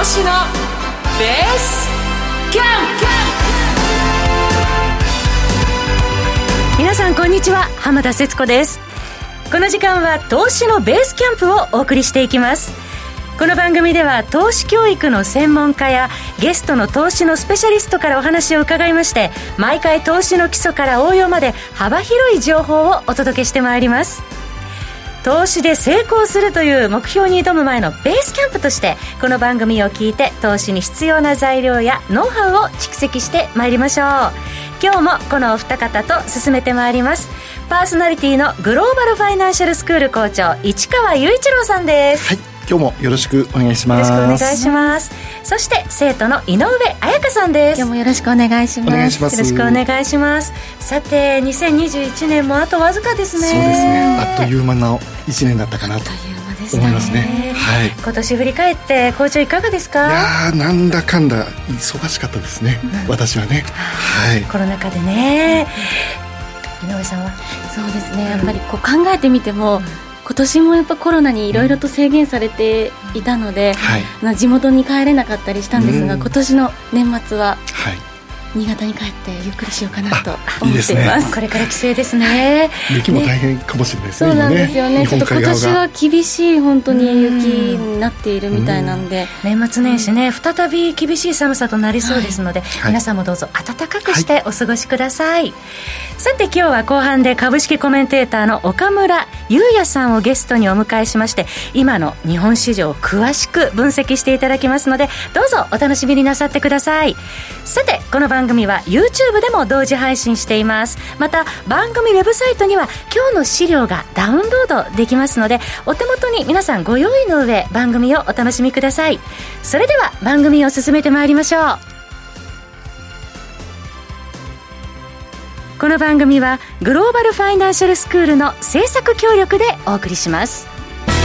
志のベースキャンプ。皆さんこんにちは、浜田節子です。この時間は投資のベースキャンプをお送りしていきます。この番組では投資教育の専門家やゲストの投資のスペシャリストからお話を伺いまして、毎回投資の基礎から応用まで幅広い情報をお届けしてまいります。投資で成功するという目標に挑む前のベースキャンプとして、この番組を聞いて投資に必要な材料やノウハウを蓄積してまいりましょう。今日もこのお二方と進めてまいります。パーソナリティのグローバルファイナンシャルスクール校長、市川雄一郎さんです。 はい、今日もよろしくお願いします。 よろしくお願いします。そして生徒の井上彩香さんです。 今日もよろしくお願いします。 お願いします。 よろしくお願いします。さて2021年もあとわずかですね。 そうですね、あっという間の1年だったかなと思いますね。はい、 今年振り返って校長いかがですか？ いやー、なんだかんだ忙しかったですね、私はね。はい、 コロナ禍でね。井上さんは？ そうですね、やっぱりこう考えてみても、今年もやっぱコロナにいろいろと制限されていたので、地元に帰れなかったりしたんですが、今年の年末は、新潟に帰ってゆっくりしようかなと思っています。 これから帰省ですね。 雪も大変かもしれないですね。 そうなんですよね。ちょっと今年は厳しい本当に雪になっているみたいなんで、 年末年始ね、再び厳しい寒さとなりそうですので、皆さんもどうぞ暖かくしてお過ごしください。さて今日は後半で株式コメンテーターの岡村優也さんをゲストにお迎えしまして、今の日本市場を詳しく分析していただきますので、どうぞお楽しみになさってください。さてこの番組は YouTube でも同時配信しています。また番組ウェブサイトには今日の資料がダウンロードできますので、お手元に皆さんご用意の上番組をお楽しみください。それでは番組を進めてまいりましょう。この番組はグローバルファイナンシャルスクールの制作協力でお送りします。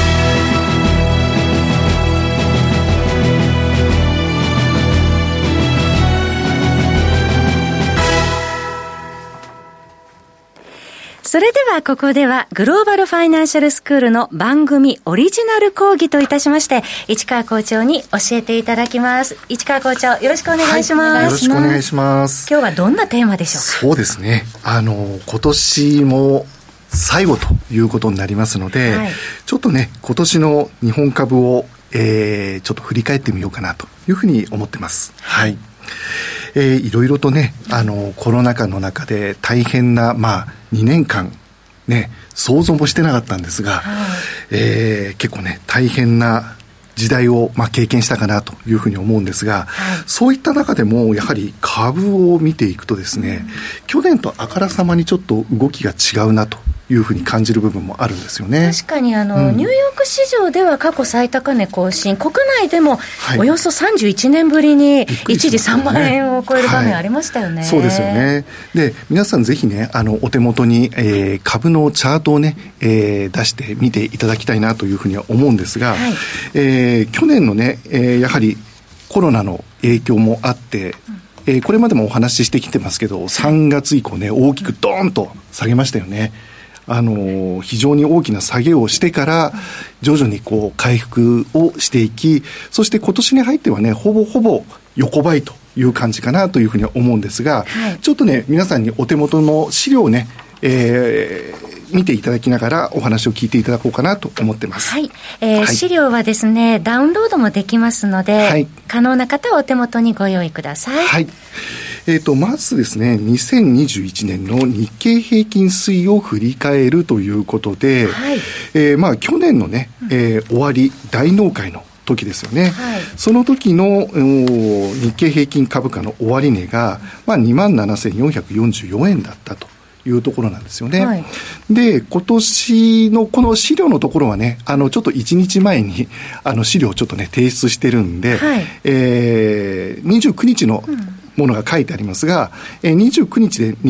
それではここではグローバルファイナンシャルスクールの番組オリジナル講義といたしまして、市川校長に教えていただきます。市川校長、よろしくお願いします。 よろしくお願いします。 今日はどんなテーマでしょうか？ そうですね、今年も最後ということになりますので、ちょっとね、今年の日本株を、ちょっと振り返ってみようかなというふうに思ってます。はい。いろいろとね、コロナ禍の中で大変な、2年間ね、想像もしてなかったんですが、結構ね、大変な時代を、経験したかなというふうに思うんですが、そういった中でもやはり株を見ていくとですね、去年とあからさまにちょっと動きが違うなというふうに感じる部分もあるんですよね。 確かにニューヨーク市場では過去最高値更新、国内でもおよそ31年ぶりに一時3万円を超える場面ありましたよね。 そうですよね。で、皆さんぜひね、お手元に、株のチャートをね、出してみていただきたいなというふうには思うんですが、去年のね、やはりコロナの影響もあって、これまでもお話ししてきてますけど、3月以降ね、大きくドーンと下げましたよね。非常に大きな下げをしてから徐々にこう回復をしていき、そして今年に入ってはね、ほぼほぼ横ばいという感じかなというふうに思うんですが、ちょっとね、皆さんにお手元の資料をね、見ていただきながらお話を聞いていただこうかなと思ってます。 資料はですね、ダウンロードもできますので、可能な方はお手元にご用意ください。 まずですね、2021年の日経平均推移を振り返るということで、去年のね、終わり大納会の時ですよね。その時の日経平均株価の終値が、27,444 円だったというところなんですよね。で、今年のこの資料のところはね、ちょっと1日前に資料をちょっとね提出してるんで、29日のものが書いてありますが、29日で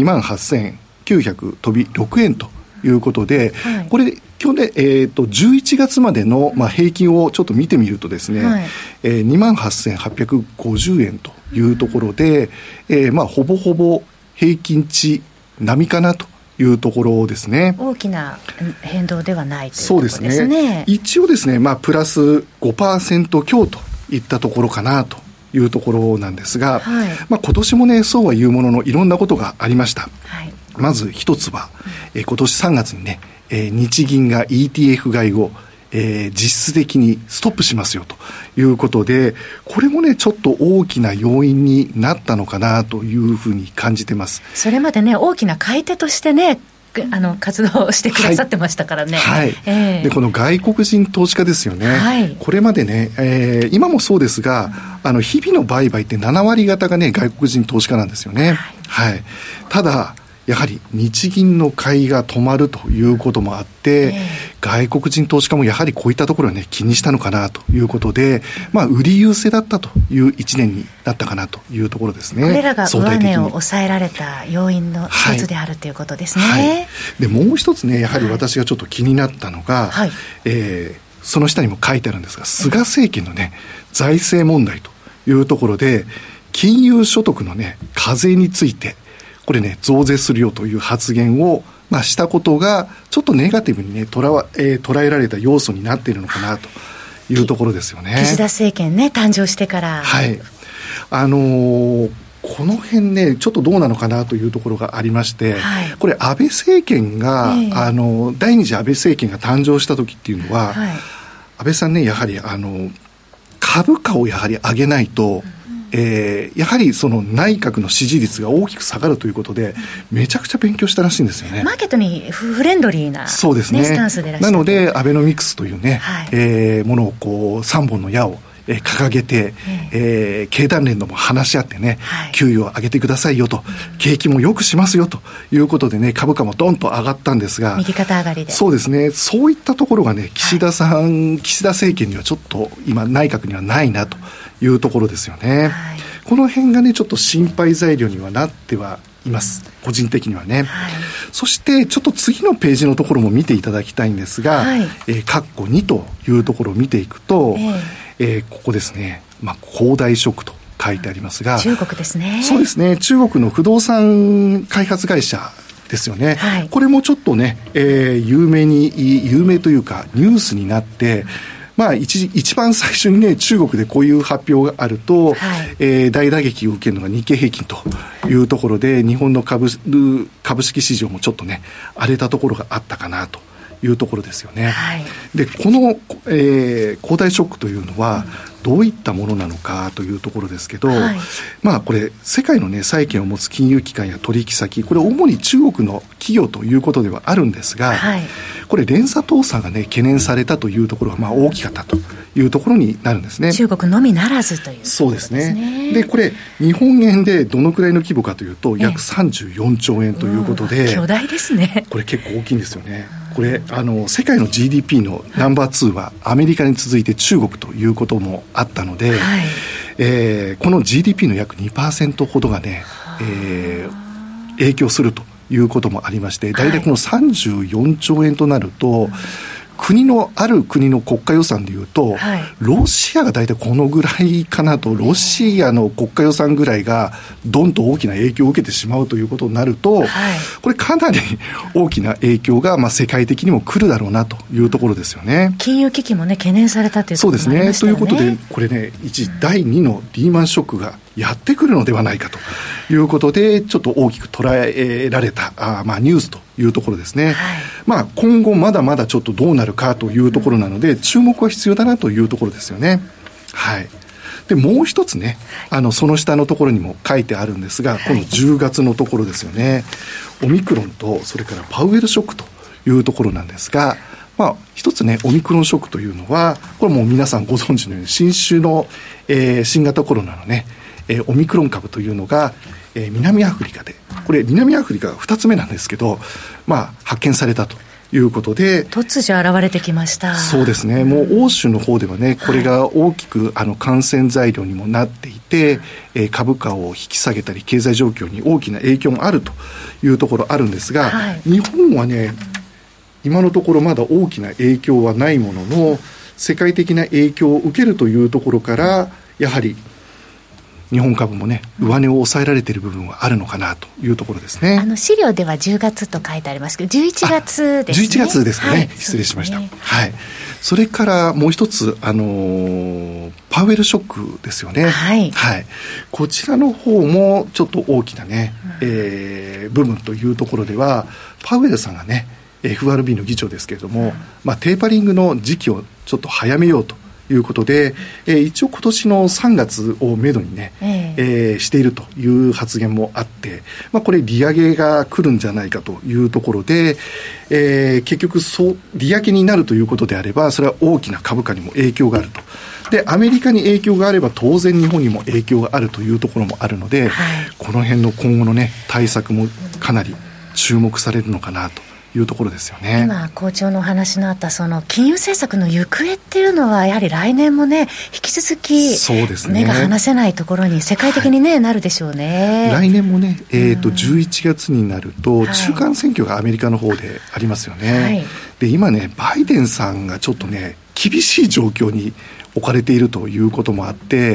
28,900 飛び6円ということで、これ去年、11月までの、平均をちょっと見てみるとですね、28,850 円というところで、ほぼほぼ平均値並みかなというところですね。 大きな変動ではないということですね。 そうですね。一応ですね、プラス 5% 強といったところかなというところなんですが、今年もね、そうは言うもののいろんなことがありました。まず一つは、今年3月にね、日銀が ETF 買いを実質的にストップしますよということで、これもねちょっと大きな要因になったのかなというふうに感じてます。 それまでね大きな買い手としてね活動をしてくださってましたからね。 でこの外国人投資家ですよね、これまでね、今もそうですが、日々の売買って7割方がね外国人投資家なんですよね。ただやはり日銀の買いが止まるということもあって、外国人投資家もやはりこういったところをね気にしたのかなということで、売り優勢だったという1年になったかなというところですね。 これらが上値を抑えられた要因の一つであるということですね。 でもう一つねやはり私がちょっと気になったのが、その下にも書いてあるんですが、菅政権のね財政問題というところで、金融所得のね課税についてこれね増税するよという発言をしたことがちょっとネガティブにね捉えられた要素になっているのかなというところですよね。 岸田政権ね誕生してからこの辺ねちょっとどうなのかなというところがありまして、これ安倍政権が、第二次安倍政権が誕生した時っていうのは、安倍さんねやはり株価をやはり上げないと、やはりその内閣の支持率が大きく下がるということでめちゃくちゃ勉強したらしいんですよね。 マーケットにフレンドリーな、 そうですね、 スタンスでいらっしゃる。 なのでアベノミクスというね、ものをこう3本の矢を掲げて、経団連とも話し合ってね、給与を上げてくださいよと、景気も良くしますよということでね、株価もドンと上がったんですが、 右肩上がりで。 そうですね、そういったところがね、岸田政権にはちょっと今内閣にはないなというところですよね。この辺がねちょっと心配材料にはなってはいます、個人的にはね。そしてちょっと次のページのところも見ていただきたいんですが、括弧2というところを見ていくと、ここですね、恒大ショックと書いてありますが、 中国ですね。 そうですね、中国の不動産開発会社ですよね。これもちょっとね、有名というかニュースになって、一番最初にね中国でこういう発表があると、大打撃を受けるのが日経平均というところで、日本の株式市場もちょっとね荒れたところがあったかなというところですよね。でこの、恒大ショックというのはどういったものなのかというところですけど、これ世界のね債券を持つ金融機関や取引先、これ主に中国の企業ということではあるんですが、これ連鎖倒産がね懸念されたというところが大きかったというところになるんですね。 中国のみならずという、 そうですね。でこれ日本円でどのくらいの規模かというと、約34兆円ということで、 巨大ですね。 これ結構大きいんですよね。これ世界の GDP のナンバー2はアメリカに続いて中国ということもあったので、この GDP の約 2% ほどがね、影響するということもありまして、大体この34兆円となると、ある国の国家予算でいうと、ロシアが大体このぐらいかなと、ロシアの国家予算ぐらいがどんと大きな影響を受けてしまうということになると、これかなり大きな影響が世界的にも来るだろうなというところですよね。 金融危機もね懸念されたということもありましたよね。 そうですね。ということでこれね、第2のリーマンショックがやってくるのではないかということで、ちょっと大きく捉えられたニュースというところですね。今後まだまだちょっとどうなるかというところなので、注目は必要だなというところですよね。でもう一つね、その下のところにも書いてあるんですが、この10月のところですよね。オミクロンとそれからパウエルショックというところなんですが、一つねオミクロンショックというのは、これもう皆さんご存知のように新種の、新型コロナのね、オミクロン株というのが、南アフリカで、これ南アフリカが2つ目なんですけど、発見されたということで、 突如現れてきました。 そうですね。もう欧州の方ではね、これが大きく感染材料にもなっていて、株価を引き下げたり経済状況に大きな影響もあるというところあるんですが、日本はね今のところまだ大きな影響はないものの、世界的な影響を受けるというところから、やはり日本株もね上値を抑えられている部分はあるのかなというところですね。 資料では10月と書いてありますけど11月ですね。 11月ですかね、失礼しました、それからもう一つ、パウエルショックですよね、こちらの方もちょっと大きなね、部分というところではパウエルさんがね FRB の議長ですけれども、テーパリングの時期をちょっと早めようということで、一応今年の3月をめどにね、しているという発言もあって、これ利上げが来るんじゃないかというところで、結局利上げになるということであればそれは大きな株価にも影響があると。でアメリカに影響があれば当然日本にも影響があるというところもあるので、この辺の今後のね対策もかなり注目されるのかなというところですよね。 今校長のお話のあったその金融政策の行方っていうのはやはり来年もね引き続き目が離せないところに世界的に、なるでしょうね。 来年もね、11月になると中間選挙がアメリカの方でありますよね、で今ねバイデンさんがちょっとね厳しい状況に置かれているということもあって、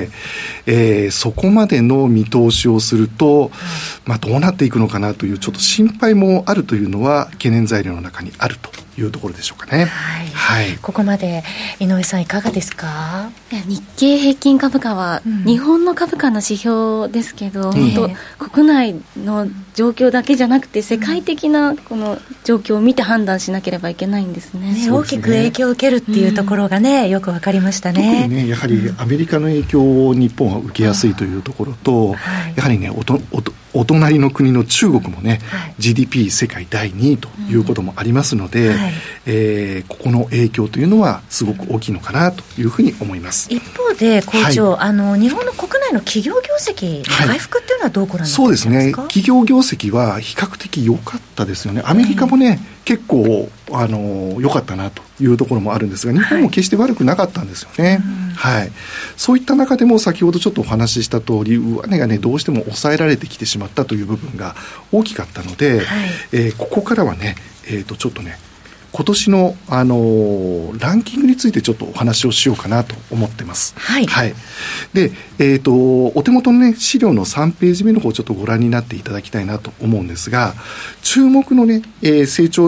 そこまでの見通しをすると、どうなっていくのかなというちょっと心配もあるというのは懸念材料の中にあるというところでしょうかね。 ここまで井上さんいかがですか？ 日経平均株価は日本の株価の指標ですけど、本当国内の状況だけじゃなくて世界的なこの状況を見て判断しなければいけないんですね。 大きく影響を受けるっていうところがね、よく分かりましたね。 特にねやはりアメリカの影響を日本は受けやすいというところと、やはりねお隣の国の中国もね、GDP 世界第2位ということもありますので、ここの影響というのはすごく大きいのかなというふうに思います。 一方で校長、日本の国内の企業業績の回復っていうのはどうご覧になっていますか？そうですね、 企業業績は比較的良かったですよね。アメリカもね、結構良かったなというところもあるんですが、日本も決して悪くなかったんですよね。そういった中でも先ほどちょっとお話しした通り上値がねどうしても抑えられてきてしまったという部分が大きかったので、ここからはね、ちょっとね今年の、ランキングについてちょっとお話をしようかなと思ってます。で、お手元のね資料の3ページ目の方ちょっとご覧になっていただきたいなと思うんですが、注目のね、成長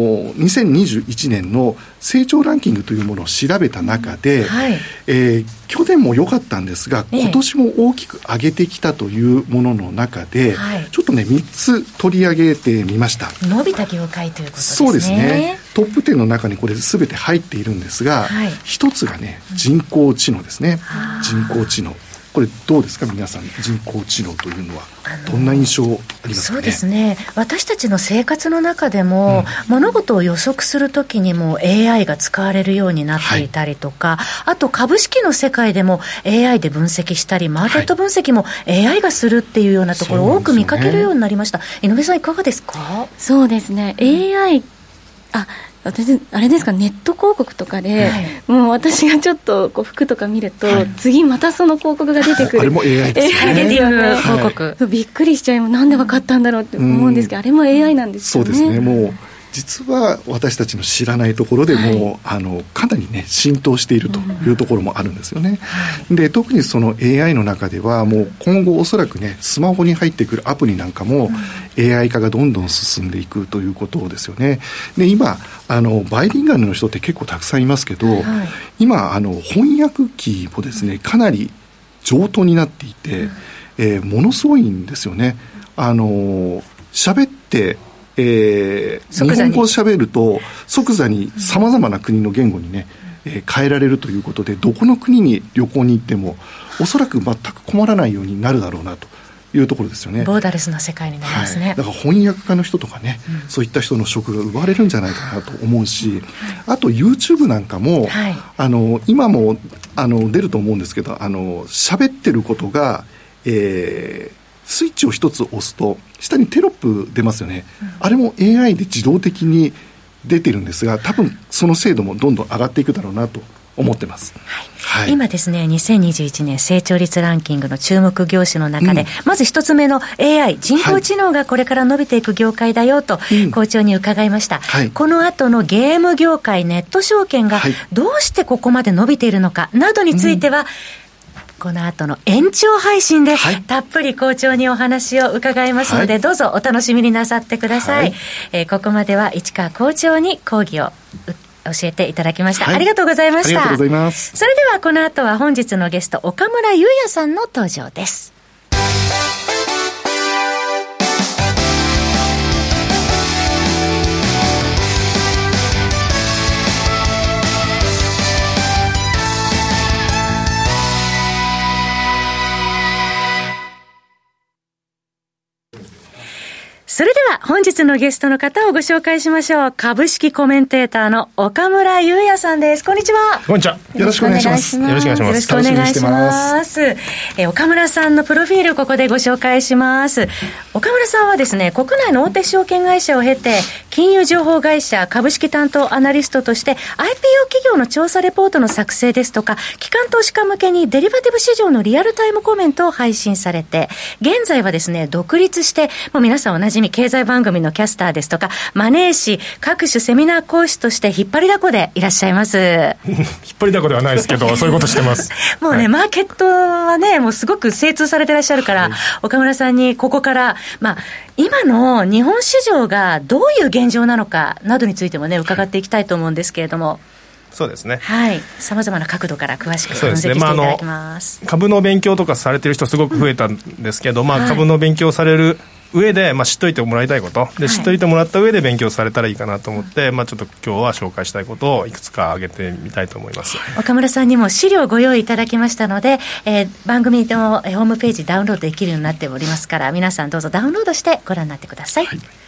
2021年の成長ランキングというものを調べた中で、去年も良かったんですが今年も大きく上げてきたというものの中で、ちょっとね3つ取り上げてみました。 伸びた業界ということですね。 そうですね、トップ10の中にこれ全て入っているんですが、一つがね人工知能ですね。人工知能、これどうですか皆さん、人工知能というのはどんな印象ありますかね？ そうですね、私たちの生活の中でも、物事を予測するときにも AI が使われるようになっていたりとか、あと株式の世界でも AI で分析したりマーケット分析も AI がするっていうようなところを多く見かけるようになりました。井上さんいかがですか？ そうですね、AI 私あれですか、ネット広告とかで、もう私がちょっとこう服とか見ると、次またその広告が出てくるあれも AI ですね。 AI ですよね、広告、びっくりしちゃいます。なんで分かったんだろうって思うんですけど、あれも AI なんですよね。 そうですね、もう実は私たちの知らないところでも、かなりね浸透しているというところもあるんですよね。で特にその AI の中ではもう今後おそらくねスマホに入ってくるアプリなんかも、AI 化がどんどん進んでいくということですよね。で今バイリンガルの人って結構たくさんいますけど、今翻訳機もですねかなり上等になっていて、ものすごいんですよね。喋って日本語を喋ると即座にさまざまな国の言語にね、変えられるということで、どこの国に旅行に行ってもおそらく全く困らないようになるだろうなというところですよね。 ボーダレスな世界になりますね。 だから翻訳家の人とかね、そういった人の職が奪われるんじゃないかなと思うし、あと YouTube なんかも、今も出ると思うんですけど、喋ってることが、スイッチを一つ押すと下にテロップ出ますよね。あれも AI で自動的に出てるんですが、多分その精度もどんどん上がっていくだろうなと思ってます。 今ですね2021年成長率ランキングの注目業種の中で、まず一つ目の AI 人工知能がこれから伸びていく業界だよと校長に伺いました。この後のゲーム業界、ネット証券がどうしてここまで伸びているのかなどについては、 この後の延長配信で、たっぷり好調にお話を伺いますので、どうぞお楽しみになさってください。ここまでは市川校長に講義を教えていただきました。ありがとうございました。 ありがとうございます。 それではこの後は本日のゲスト岡村祐也さんの登場です。それでは本日のゲストの方をご紹介しましょう。株式コメンテーターの岡村祐也さんです。こんにちは。 こんにちは。 よろしくお願いします。 よろしくお願いします。 よろしくお願いします。岡村さんのプロフィールをここでご紹介します。岡村さんはですね、国内の大手証券会社を経て、金融情報会社株式担当アナリストとして IPO 企業の調査レポートの作成ですとか、機関投資家向けにデリバティブ市場のリアルタイムコメントを配信されて、現在はですね、独立して、もう皆さんおなじみ経済番組のキャスターですとか、マネー誌、各種セミナー講師として引っ張りだこでいらっしゃいます。 引っ張りだこではないですけど、そういうことしてます。 もうね、マーケットはね、もうすごく精通されてらっしゃるから、岡村さんにここから、今の日本市場がどういう現状なのかなどについてもね、伺っていきたいと思うんですけれども。 そうですね。 さまざまな角度から詳しく分析していただきます。 株の勉強とかされてる人すごく増えたんですけど、株の勉強される上で、知っといてもらいたいことで、知っといてもらった上で勉強されたらいいかなと思って、ちょっと今日は紹介したいことをいくつか挙げてみたいと思います。 岡村さんにも資料をご用意いただきましたので、番組のホームページダウンロードできるようになっておりますから、皆さんどうぞダウンロードしてご覧になってください。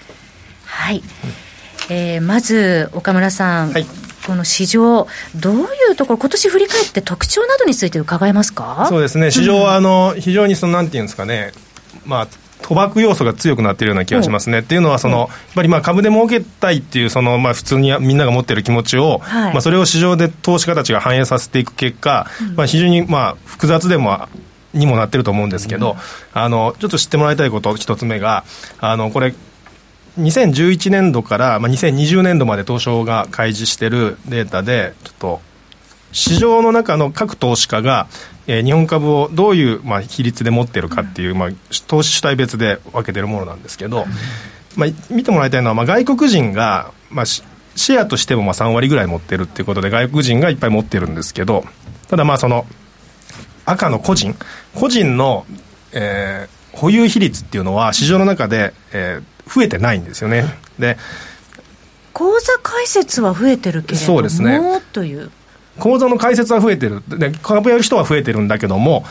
まず岡村さん、この市場どういうところ、今年振り返って特徴などについて伺えますか？ そうですね、市場は非常になんていうんですかね、賭博要素が強くなっているような気がしますね。っていうのはやっぱり株で儲けたいっていう普通にみんなが持っている気持ちを、それを市場で投資家たちが反映させていく結果、非常に複雑にもなっていると思うんですけど、ちょっと知ってもらいたいこと一つ目がこれ2011年度から、2020年度まで東証が開示しているデータで、ちょっと市場の中の各投資家が、日本株をどういう、比率で持っているかっていう、投資主体別で分けているものなんですけど、見てもらいたいのは、外国人が、シェアとしても3割ぐらい持ってるっていうことで、外国人がいっぱい持ってるんですけど、ただその赤の個人の、保有比率っていうのは市場の中で、増えてないんですよね。で、 口座開設は増えてるけれども、 そうですね、 という口座の開設は増えてる。で、株やる人は増えてるんだけども、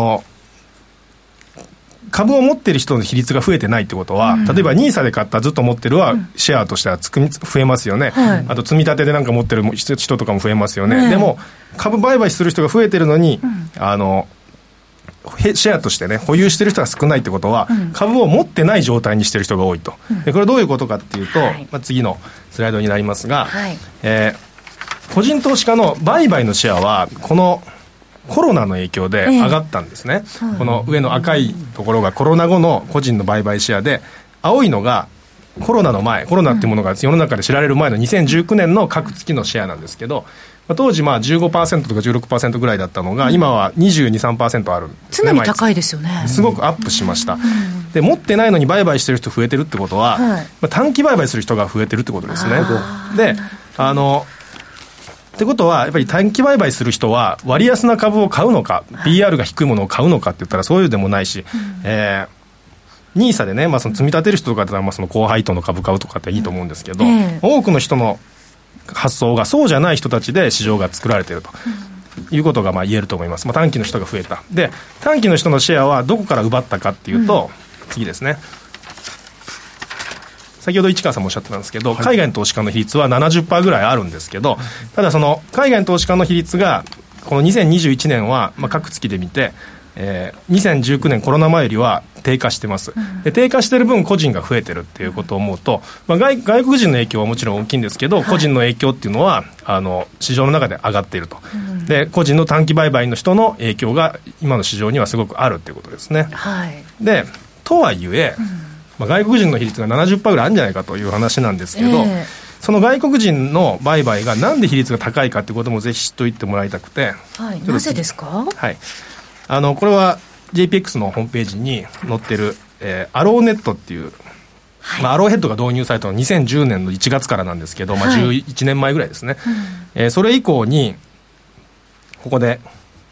株を持ってる人の比率が増えてないってことは、例えば NISA で買ったずっと持ってるはシェアとしては増えますよね。あと積み立てでなんか持ってる人とかも増えますよね。でも株売買する人が増えてるのに、シェアとしてね、保有してる人が少ないってことは、株を持ってない状態にしてる人が多いと。で、これどういうことかっていうと、次のスライドになりますが、個人投資家の売買のシェアはこのコロナの影響で上がったんですね。この上の赤いところがコロナ後の個人の売買シェアで、青いのがコロナの前、コロナっていうものが世の中で知られる前の2019年の各月のシェアなんですけど、当時15% とか 16% ぐらいだったのが、今は 22-3% あるんですね。 常に高いですよね。 すごくアップしました。で、持ってないのに売買してる人増えてるってことは、短期売買する人が増えてるってことですね。で、ってことはやっぱり短期売買する人は割安な株を買うのか、PR が低いものを買うのかって言ったらそういうでもないし、NISA でね、その積み立てる人とかだったらその高配当の株買うとかっていいと思うんですけど、多くの人の発想がそうじゃない人たちで市場が作られているということが言えると思います。短期の人が増えた。で、短期の人のシェアはどこから奪ったかっていうと、次ですね、先ほど市川さんもおっしゃってたんですけど、海外の投資家の比率は 70% ぐらいあるんですけど、ただその海外の投資家の比率がこの2021年は各月で見て、2019年コロナ前よりは低下してます。で、低下してる分個人が増えてるっていうことを思うと、外国人の影響はもちろん大きいんですけど、個人の影響っていうのは市場の中で上がっていると。で、個人の短期売買の人の影響が今の市場にはすごくあるっていうことですね。で、とはいえ、外国人の比率が 70% ぐらいあるんじゃないかという話なんですけど、その外国人の売買がなんで比率が高いかということもぜひ知っておいてもらいたくて、 なぜですか？ これは JPX のホームページに載ってる、アローネットっていう、はいアローヘッドが導入されたのは2010年の1月からなんですけど、11年前ぐらいですね、それ以降にここで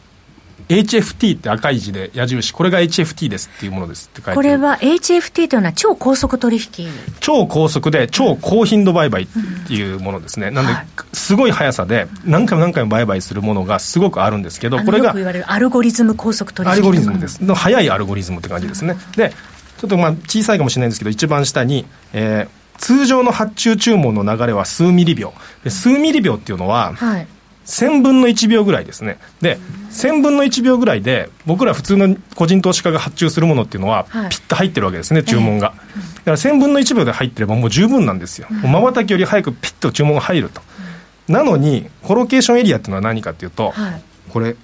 HFT って赤い字で矢印、これが HFT ですっていうものですって書いてある。 これは HFT というのは超高速取引、 超高速で超高頻度売買っていうものですね、なんで、すごい速さで何回も何回も売買するものがすごくあるんですけど、これがよく言われるアルゴリズム高速取引、 アルゴリズムですの速いアルゴリズムって感じですね。でちょっと小さいかもしれないんですけど、一番下に、通常の発注注文の流れは数ミリ秒で、数ミリ秒っていうのは、1000分の1秒ぐらいですね。で1000分の1秒ぐらいで僕ら普通の個人投資家が発注するものっていうのはピッと入ってるわけですね、注文が。だから1000分の1秒で入ってればもう十分なんですよ。まばたきより早くピッと注文が入ると。なのにコロケーションエリアっていうのは何かっていうと、これ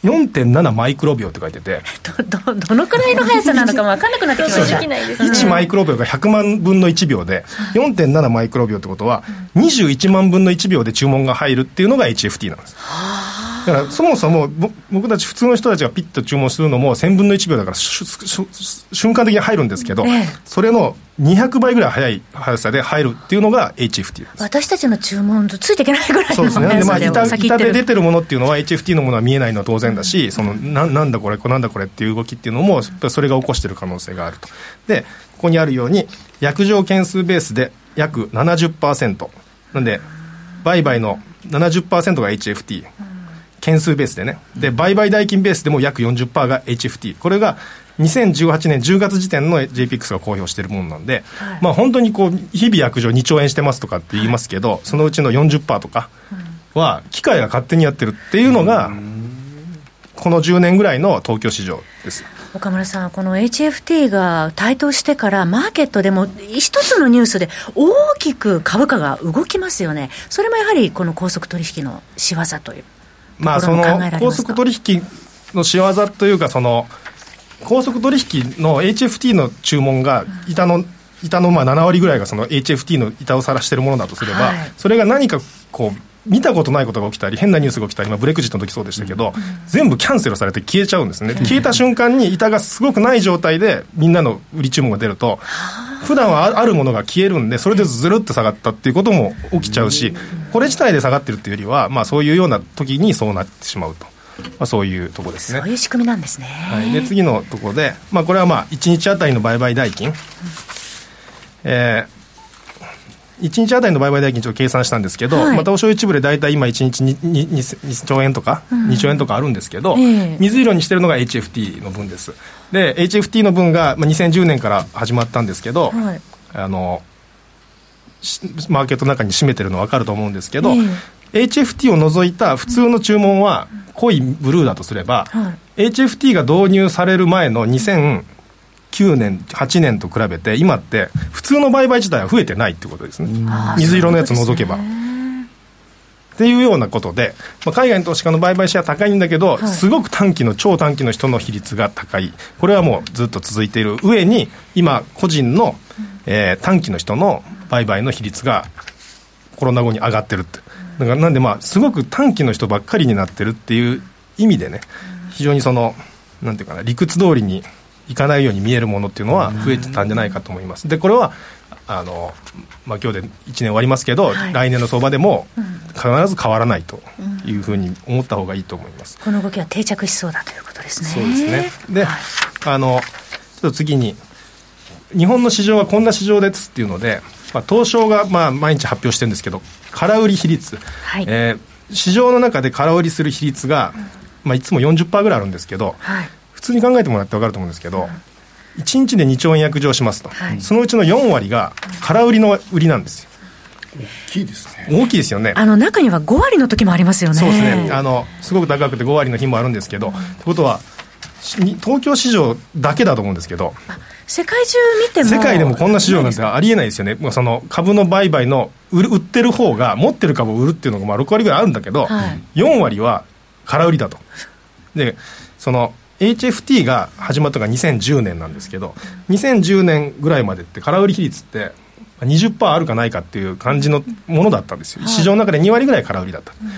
4.7 マイクロ秒って書いてて、 どのくらいの速さなのかも分かんなくなってきました。 1マイクロ秒が100万分の1秒で 4.7 マイクロ秒ってことは21万分の1秒で注文が入るっていうのが HFT なんです。だからそもそも僕たち普通の人たちがピッと注文するのも1000分の1秒だから瞬間的に入るんですけど、それの200倍ぐらい速い速さで入るっていうのが HFT です。 私たちの注文とついていけないぐらいの速さで、 そうですね。板で出てるものっていうのは HFT のものは見えないのは当然だし、なんだこれなんだこれっていう動きっていうのもそれが起こしている可能性があると。でここにあるように約定件数ベースで約 70% なんで売買の 70% が HFT、件数ベースでね。で売買代金ベースでも約 40% が HFT。 これが2018年10月時点の JPX が公表しているものなんで、本当にこう日々約定2兆円してますとかって言いますけど、そのうちの 40% とかは機械が勝手にやってるっていうのがこの10年ぐらいの東京市場です。 岡村さん、この HFT が台頭してからマーケットでも一つのニュースで大きく株価が動きますよね。それもやはりこの高速取引の仕業というところも考えられますか。 高速取引の仕業というか、高速取引の HFT の注文が板の7割ぐらいがその HFT の板を晒しているものだとすれば、それが何かこう見たことないことが起きたり変なニュースが起きたり、ブレクジットの時そうでしたけど、全部キャンセルされて消えちゃうんですね。消えた瞬間に板がすごくない状態でみんなの売り注文が出ると、普段はあるものが消えるんで、それでずるっと下がったっていうことも起きちゃうし、これ自体で下がってるっていうよりは、そういうような時にそうなってしまうと、そういうところですね。 そういう仕組みなんですね。 で次のところで、これは1日あたりの売買代金、1日あたりの売買代金ちょっと計算したんですけど、東証一部で大体今1日 2兆円とか2兆円とかあるんですけど、水色にしてるのが HFT の分です。で HFT の分が2010年から始まったんですけど、マーケットの中に占めてるの分かると思うんですけど、HFT を除いた普通の注文は濃いブルーだとすれば、HFT が導入される前の2009年8年と比べて今って普通の売買自体は増えてないってことですね。水色のやつ除けばっていうようなことで、海外の投資家の売買シェア高いんだけど、すごく超短期の人の比率が高い。これはもうずっと続いている上に、今個人の、短期の人の売買の比率がコロナ後に上がってるって。だからなんですごく短期の人ばっかりになってるっていう意味でね、非常になんていうかな、理屈通りにいかないように見えるものっていうのは増えてたんじゃないかと思います。でこれは今日で1年終わりますけど、来年の相場でも必ず変わらないというふうに思った方がいいと思います。 この動きは定着しそうだということですね。 そうですね。で、ちょっと次に日本の市場はこんな市場ですっていうので、東証が毎日発表してるんですけど、空売り比率、市場の中で空売りする比率が、いつも 40% ぐらいあるんですけど、普通に考えてもらって分かると思うんですけど、1日で2兆円約定しますと、そのうちの4割が空売りの売りなんですよ。 大きいですね。 大きいですよね。 中には5割の時もありますよね。 そうですね。すごく高くて5割の日もあるんですけど、ということは東京市場だけだと思うんですけど、 世界中見ても世界でもこんな市場なんてありえないですよね。その株の売買の売ってる方が持ってる株を売るっていうのが6割ぐらいあるんだけど、4割は空売りだと。でその HFT が始まったのが2010年なんですけど、2010年ぐらいまでって空売り比率って 20% あるかないかっていう感じのものだったんですよ。市場の中で2割ぐらい空売りだった。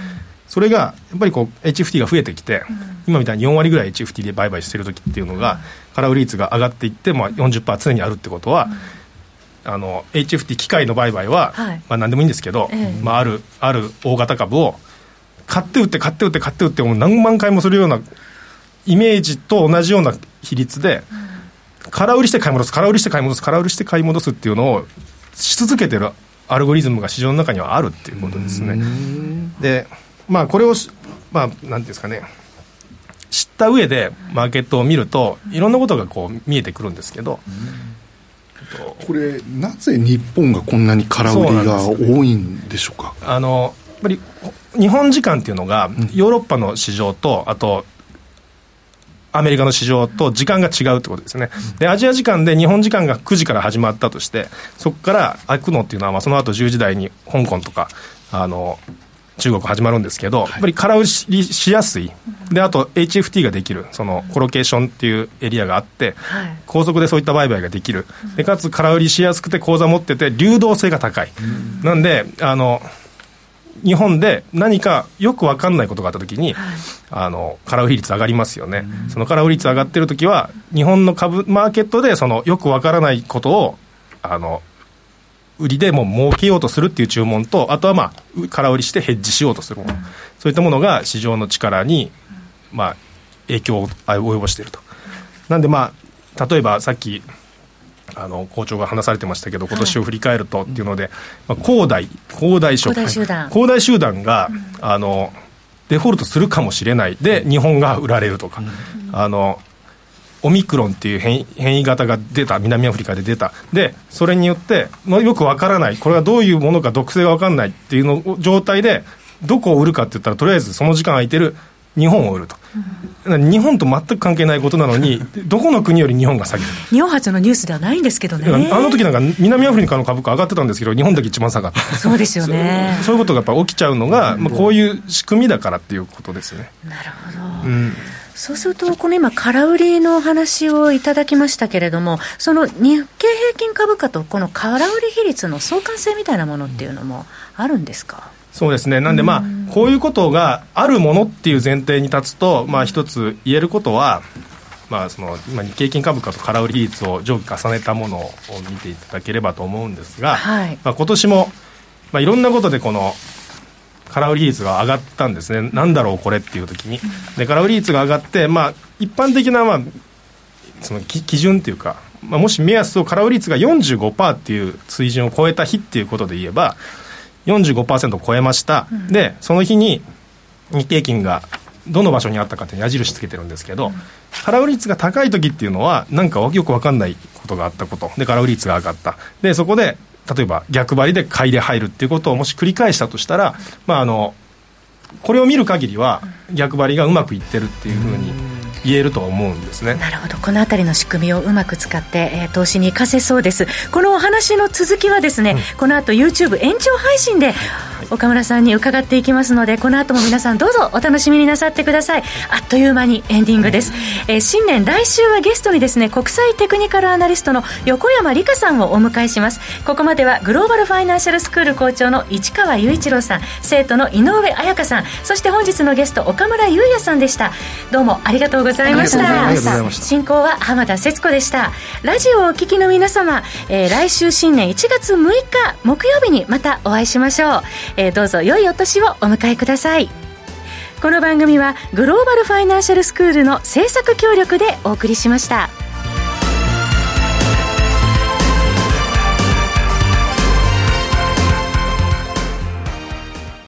それがやっぱりこう HFT が増えてきて、今みたいに4割ぐらい HFT で売買してる時っていうのが、空売り率が上がっていって、まあ、40% 常にあるってことは、HFT 機械の売買は、まあ、何でもいいんですけど、まあ、ある大型株を買って売って買って売って買って売ってもう何万回もするようなイメージと同じような比率で、空売りして買い戻す、空売りして買い戻す、空売りして買い戻すっていうのをし続けてるアルゴリズムが市場の中にはあるっていうことですね。で、まあ、これをまあ、なんていうんですかね、知った上でマーケットを見るといろんなことがこう見えてくるんですけど、 これなぜ日本がこんなに空売りが多いんでしょうか。 やっぱり日本時間っていうのがヨーロッパの市場とあとアメリカの市場と時間が違うってことですね。で、アジア時間で日本時間が9時から始まったとして、そこから開くのっていうのは、まあ、その後10時台に香港とか中国始まるんですけど、やっぱり空売りしやすい。で、あと HFT ができる、そのコロケーションっていうエリアがあって、高速でそういった売買ができる。で、かつ空売りしやすくて口座持ってて流動性が高い。なんで、日本で何かよく分かんないことがあったときに、空売り率上がりますよね。その空売り率上がってるときは、日本の株マーケットでそのよく分からないことを売りでも儲けようとするっていう注文と、あとはまあ空売りしてヘッジしようとするもの、そういったものが市場の力にまあ影響を及ぼしていると。なんでまあ例えばさっき校長が話されてましたけど、今年を振り返るとっていうので、まあ、恒大集団がデフォルトするかもしれないで日本が売られるとか、オミクロンっていう変異型が出た、南アフリカで出た。で、それによって、まあ、よくわからない、これがどういうものか毒性がわかんないっていうの状態で、どこを売るかって言ったら、とりあえずその時間空いてる日本を売ると。日本と全く関係ないことなのに、どこの国より日本が下げる。 日本発のニュースではないんですけどね。 時なんか南アフリカの株価上がってたんですけど、日本だけ一番下がった。 そうですよね。 そういうことがやっぱ起きちゃうのが、まあ、こういう仕組みだからっていうことですね。 なるほど。そうすると、この今空売りの話をいただきましたけれども、その日経平均株価とこの空売り比率の相関性みたいなものっていうのもあるんですか。 そうですね。なんでまあこういうことがあるものっていう前提に立つと、まあ一つ言えることは、まあその今日経平均株価と空売り比率を上下重ねたものを見ていただければと思うんですが、まあ今年もまあいろんなことでこの空売り比率が上がったんですね。なんだろうこれっていう時に、で空売り率が上がって、まあ一般的なまあその基準っていうか、まあ、もし目安を空売り率が 45% っていう水準を超えた日っていうことで言えば 45% を超えました、でその日に日経平均がどの場所にあったかって矢印つけてるんですけど、空売り率が高い時っていうのはなんかよく分かんないことがあったことで空売り率が上がった。でそこで例えば逆張りで買いで入るっていうことをもし繰り返したとしたら、まあ、これを見る限りは逆張りがうまくいってるっていうふうに言えると思うんですね。 なるほど。このあたりの仕組みをうまく使って、投資に活かせそうです。このお話の続きはですね、この後 YouTube 延長配信で岡村さんに伺っていきますので、この後も皆さんどうぞお楽しみになさってください。あっという間にエンディングです。新年来週はゲストにですね、国際テクニカルアナリストの横山理香さんをお迎えします。ここまではグローバルファイナンシャルスクール校長の市川雄一郎さん、生徒の井上彩香さん、そして本日のゲスト岡村優也さんでした。どうもありがとうございました。進行は浜田節子でした。ラジオをお聞きの皆様、来週新年1月6日木曜日にまたお会いしましょう。どうぞ良いお年をお迎えください。この番組はグローバルファイナンシャルスクールの制作協力でお送りしました。